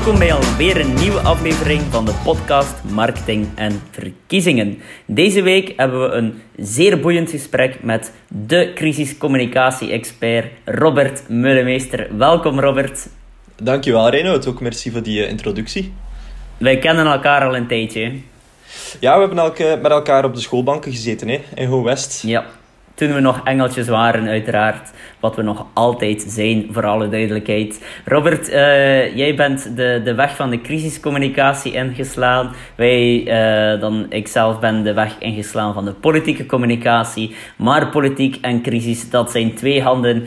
Welkom bij alweer een nieuwe aflevering van de podcast Marketing en Verkiezingen. Deze week hebben we een zeer boeiend gesprek met de crisiscommunicatie-expert Robert Meulemeester. Welkom Robert. Dankjewel Reinoud, ook merci voor die introductie. Wij kennen elkaar al een tijdje. Ja, we hebben met elkaar op de schoolbanken gezeten in Go West. Ja, toen we nog engeltjes waren uiteraard. Wat we nog altijd zijn, voor alle duidelijkheid. Robert, jij bent de weg van de crisiscommunicatie ingeslaan. Ikzelf ben de weg ingeslaan van de politieke communicatie. Maar politiek en crisis, dat zijn twee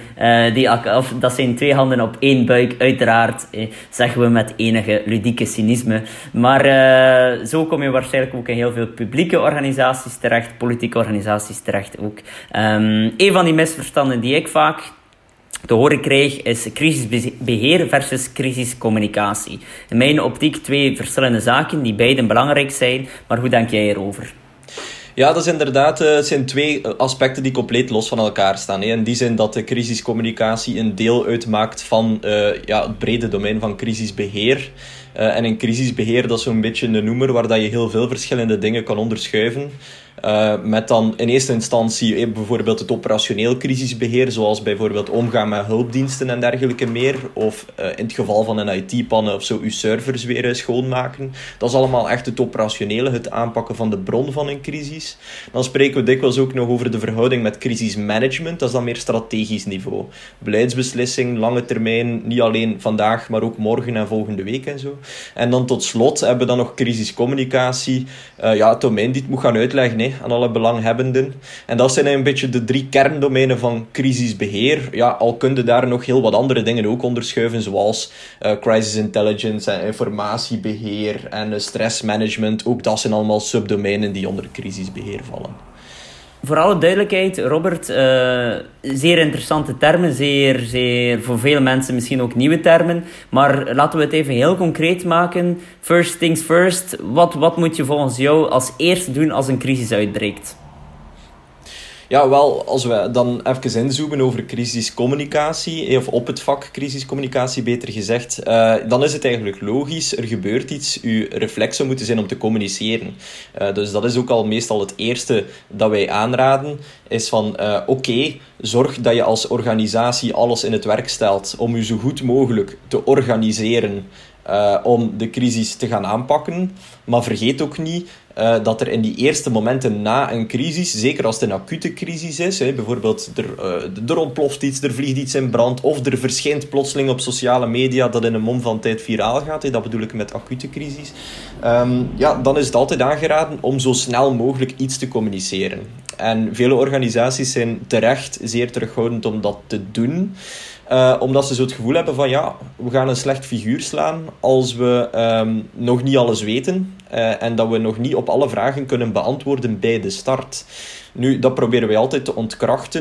handen op één buik, uiteraard. Zeggen we met enige ludieke cynisme. Maar zo kom je waarschijnlijk ook in heel veel publieke organisaties terecht, politieke organisaties terecht ook. Een van die misverstanden die ik vaak te horen krijg is crisisbeheer versus crisiscommunicatie. In mijn optiek twee verschillende zaken die beiden belangrijk zijn, maar hoe denk jij erover? Ja, dat is inderdaad, het zijn twee aspecten die compleet los van elkaar staan. In die zin dat de crisiscommunicatie een deel uitmaakt van het brede domein van crisisbeheer. En in crisisbeheer, dat is zo'n beetje een noemer waar dat je heel veel verschillende dingen kan onderschuiven. Met dan in eerste instantie bijvoorbeeld het operationeel crisisbeheer, zoals bijvoorbeeld omgaan met hulpdiensten en dergelijke meer. Of in het geval van een IT-pannen of zo, uw servers weer schoonmaken. Dat is allemaal echt het operationele, het aanpakken van de bron van een crisis. Dan spreken we dikwijls ook nog over de verhouding met crisismanagement. Dat is dan meer strategisch niveau. Beleidsbeslissing, lange termijn, niet alleen vandaag, maar ook morgen en volgende week en zo. En dan tot slot hebben we dan nog crisiscommunicatie. Het domein die het moet gaan uitleggen aan alle belanghebbenden. En dat zijn een beetje de drie kerndomeinen van crisisbeheer. Ja, al kun je daar nog heel wat andere dingen ook onderschuiven, zoals crisis intelligence en informatiebeheer en stressmanagement. Ook dat zijn allemaal subdomeinen die onder crisisbeheer vallen. Voor alle duidelijkheid, Robert, zeer interessante termen, zeer voor veel mensen misschien ook nieuwe termen, maar laten we het even heel concreet maken. First things first, wat moet je volgens jou als eerste doen als een crisis uitbreekt? Ja, wel, als we dan even inzoomen over crisiscommunicatie, of op het vak crisiscommunicatie beter gezegd, dan is het eigenlijk logisch, er gebeurt iets, uw reflex zou moeten zijn om te communiceren. Dus dat is ook al meestal het eerste dat wij aanraden, is van oké, zorg dat je als organisatie alles in het werk stelt om u zo goed mogelijk te organiseren om de crisis te gaan aanpakken. Maar vergeet ook niet dat er in die eerste momenten na een crisis, zeker als het een acute crisis is, bijvoorbeeld er ontploft iets, er vliegt iets in brand, of er verschijnt plotseling op sociale media dat in een mom van tijd viraal gaat, dat bedoel ik met acute crisis, dan is het altijd aangeraden om zo snel mogelijk iets te communiceren. En vele organisaties zijn terecht zeer terughoudend om dat te doen. Omdat ze zo het gevoel hebben van we gaan een slecht figuur slaan als we nog niet alles weten en dat we nog niet op alle vragen kunnen beantwoorden bij de start. Nu, dat proberen wij altijd te ontkrachten.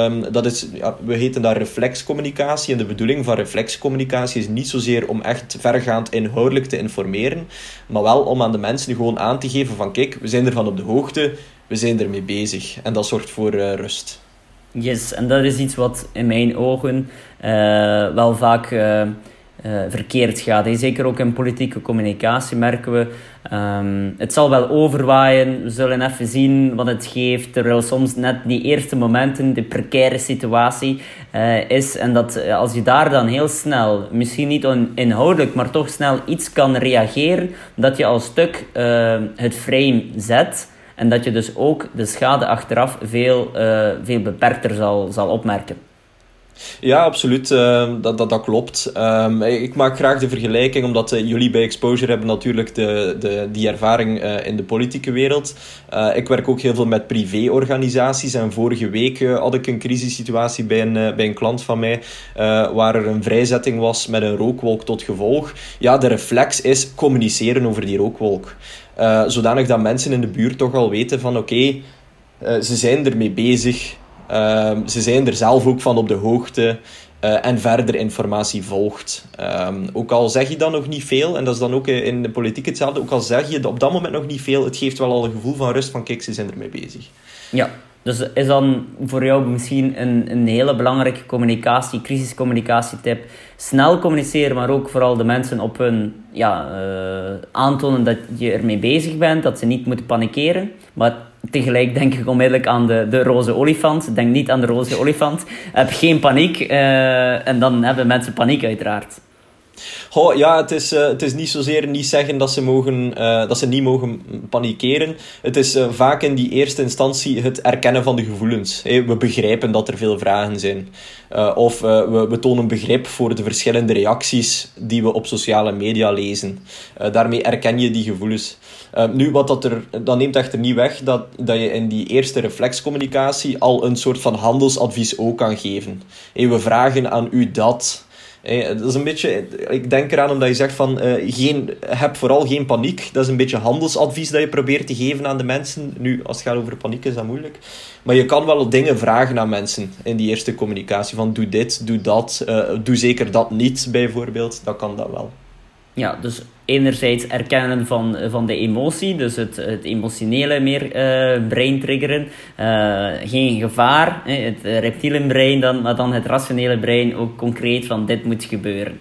We heten dat reflexcommunicatie. En de bedoeling van reflexcommunicatie is niet zozeer om echt vergaand inhoudelijk te informeren, maar wel om aan de mensen gewoon aan te geven van kijk, we zijn ervan op de hoogte, we zijn ermee bezig. En dat zorgt voor rust. Yes, en dat is iets wat in mijn ogen wel vaak verkeerd gaat. Zeker ook in politieke communicatie merken we. Het zal wel overwaaien, we zullen even zien wat het geeft, terwijl soms net die eerste momenten de precaire situatie is. En dat als je daar dan heel snel, misschien niet inhoudelijk, maar toch snel iets kan reageren, dat je al stuk het frame zet. En dat je dus ook de schade achteraf veel beperkter zal opmerken. Ja, absoluut. Dat klopt. Ik maak graag de vergelijking, omdat jullie bij Exposure hebben natuurlijk die ervaring in de politieke wereld. Ik werk ook heel veel met privéorganisaties. En vorige week had ik een crisissituatie bij een klant van mij, waar er een vrijzetting was met een rookwolk tot gevolg. Ja, de reflex is communiceren over die rookwolk. Zodanig dat mensen in de buurt toch al weten van oké, ze zijn ermee bezig. Ze zijn er zelf ook van op de hoogte en verder informatie volgt. Ook al zeg je dan nog niet veel, en dat is dan ook in de politiek hetzelfde, ook al zeg je op dat moment nog niet veel, het geeft wel al een gevoel van rust van kijk, ze zijn ermee bezig. Ja, Dus is dan voor jou misschien een hele belangrijke crisiscommunicatietip. Snel communiceren, maar ook vooral de mensen op hun aantonen dat je ermee bezig bent, dat ze niet moeten panikeren. Maar tegelijk denk ik onmiddellijk aan de roze olifant. Denk niet aan de roze olifant. Heb geen paniek. En dan hebben mensen paniek uiteraard. Goh, ja, het is niet zozeer niet zeggen dat ze niet mogen panikeren. Het is vaak in die eerste instantie het erkennen van de gevoelens. We begrijpen dat er veel vragen zijn. Of we tonen begrip voor de verschillende reacties die we op sociale media lezen. Daarmee erken je die gevoelens. Nu, dat neemt echter niet weg dat je in die eerste reflexcommunicatie al een soort van handelsadvies ook kan geven. We vragen aan u dat. Dat is een beetje, ik denk eraan omdat je zegt van heb vooral geen paniek. Dat is een beetje handelsadvies dat je probeert te geven aan de mensen. Nu, als het gaat over paniek is dat moeilijk. Maar je kan wel dingen vragen aan mensen in die eerste communicatie. Van doe dit, doe dat, doe zeker dat niet bijvoorbeeld. Dat kan dat wel. Ja, dus enerzijds erkennen van de emotie, dus het emotionele meer brein triggeren. Geen gevaar, het reptiele brein dan, maar dan het rationele brein ook concreet van dit moet gebeuren.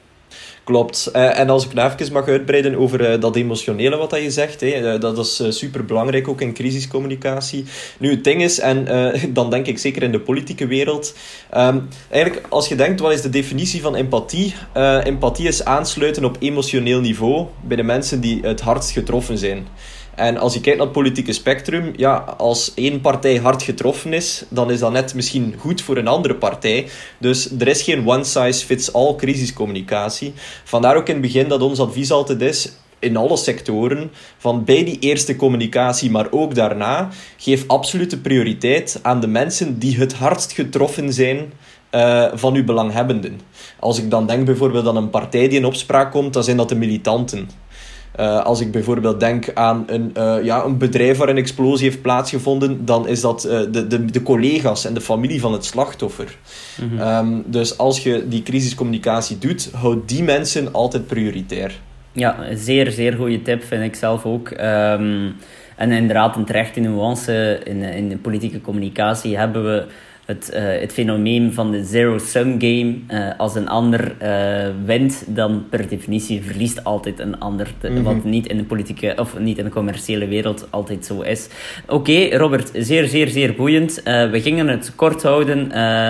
Klopt. En als ik nou even mag uitbreiden over dat emotionele wat je zegt, dat is superbelangrijk ook in crisiscommunicatie. Nu, het ding is, en dan denk ik zeker in de politieke wereld, eigenlijk als je denkt, wat is de definitie van empathie? Empathie is aansluiten op emotioneel niveau bij de mensen die het hardst getroffen zijn. En als je kijkt naar het politieke spectrum, ja, als één partij hard getroffen is, dan is dat net misschien goed voor een andere partij. Dus er is geen one-size-fits-all crisiscommunicatie. Vandaar ook in het begin dat ons advies altijd is, in alle sectoren, van bij die eerste communicatie, maar ook daarna, geef absolute prioriteit aan de mensen die het hardst getroffen zijn van uw belanghebbenden. Als ik dan denk bijvoorbeeld aan een partij die in opspraak komt, dan zijn dat de militanten. Als ik bijvoorbeeld denk aan een bedrijf waar een explosie heeft plaatsgevonden, dan is dat de collega's en de familie van het slachtoffer. Mm-hmm. Dus als je die crisiscommunicatie doet, houd die mensen altijd prioritair. Ja, zeer, zeer goede tip vind ik zelf ook. En inderdaad, een terechte nuance in de politieke communicatie hebben we het fenomeen van de zero-sum game. Als een ander wint, dan per definitie verliest altijd een ander. Wat niet in de politieke of niet in de commerciële wereld altijd zo is. Oké, Robert, zeer, zeer, zeer boeiend. We gingen het kort houden.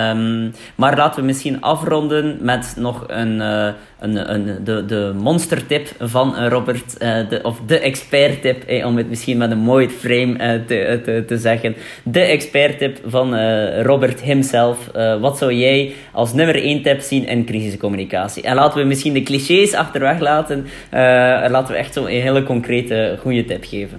Maar laten we misschien afronden met nog de monstertip van Robert. De experttip, om het misschien met een mooi frame te zeggen. De experttip van Robert himself. Wat zou jij als nummer 1 tip zien in crisiscommunicatie? En laten we misschien de clichés achterweg laten. Laten we echt zo'n hele concrete, goede tip geven.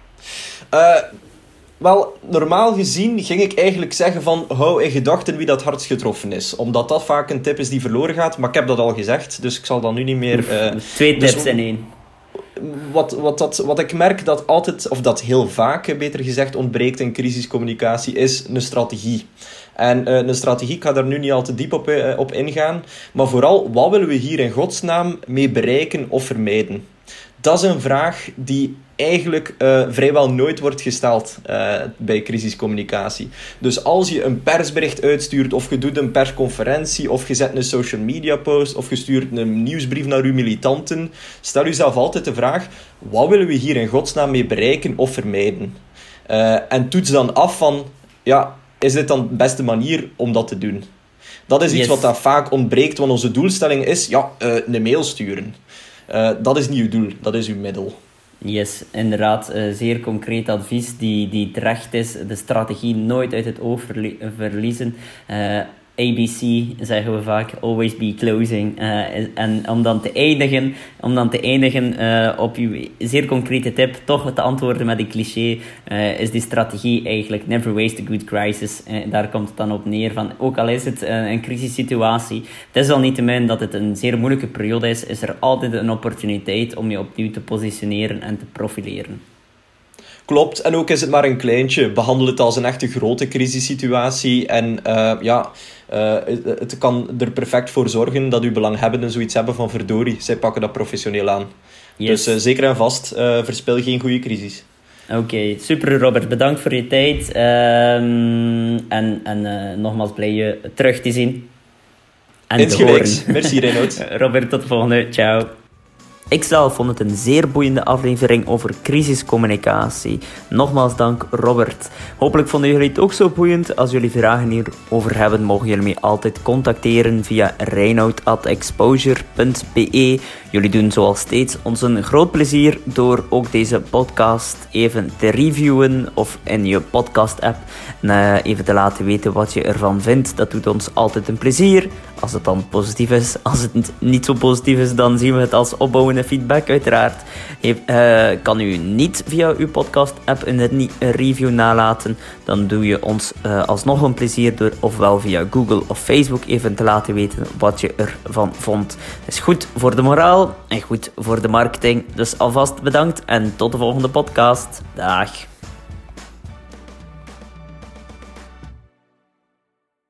Wel, normaal gezien ging ik eigenlijk zeggen van hou in gedachten wie dat hardst getroffen is. Omdat dat vaak een tip is die verloren gaat. Maar ik heb dat al gezegd, dus ik zal dan nu niet meer... 2 tips in 1. Wat ik merk dat altijd, of dat heel vaak, beter gezegd, ontbreekt in crisiscommunicatie, is een strategie. En een strategie, ik ga daar nu niet al te diep op ingaan, maar vooral, wat willen we hier in godsnaam mee bereiken of vermijden? Dat is een vraag die eigenlijk vrijwel nooit wordt gesteld bij crisiscommunicatie. Dus als je een persbericht uitstuurt, of je doet een persconferentie, of je zet een social media post, of je stuurt een nieuwsbrief naar uw militanten, stel jezelf altijd de vraag, wat willen we hier in godsnaam mee bereiken of vermijden? En toets dan af van, ja, is dit dan de beste manier om dat te doen? Dat is iets wat dat vaak ontbreekt, want onze doelstelling is, een mail sturen. Dat is niet uw doel, dat is uw middel. Yes, inderdaad. Zeer concreet advies die terecht is. De strategie nooit uit het oog verliezen. ABC zeggen we vaak, always be closing. En om dan te eindigen op uw zeer concrete tip, toch te antwoorden met een cliché, is die strategie eigenlijk never waste a good crisis. Daar komt het dan op neer van, ook al is het een crisissituatie, het is al niet te min dat het een zeer moeilijke periode is er altijd een opportuniteit om je opnieuw te positioneren en te profileren. Klopt, en ook is het maar een kleintje. Behandel het als een echte grote crisissituatie. En het kan er perfect voor zorgen dat uw belanghebbenden zoiets hebben van verdorie. Zij pakken dat professioneel aan. Yes. Dus zeker en vast, verspil geen goede crisis. Oké, super Robert. Bedankt voor je tijd. En nogmaals blij je terug te zien. En insgelijks. Merci Reinoud. Robert, tot de volgende. Ciao. Ik zelf vond het een zeer boeiende aflevering over crisiscommunicatie. Nogmaals dank Robert. Hopelijk vonden jullie het ook zo boeiend. Als jullie vragen hierover hebben, mogen jullie mij altijd contacteren via reinoud@exposure.be. Jullie doen zoals steeds ons een groot plezier door ook deze podcast even te reviewen of in je podcast-app even te laten weten wat je ervan vindt. Dat doet ons altijd een plezier. Als het dan positief is. Als het niet zo positief is, dan zien we het als opbouwende feedback uiteraard. Kan u niet via uw podcast-app een review nalaten, dan doe je ons alsnog een plezier door ofwel via Google of Facebook even te laten weten wat je ervan vond. Het is goed voor de moraal en goed voor de marketing. Dus alvast bedankt en tot de volgende podcast. Dag.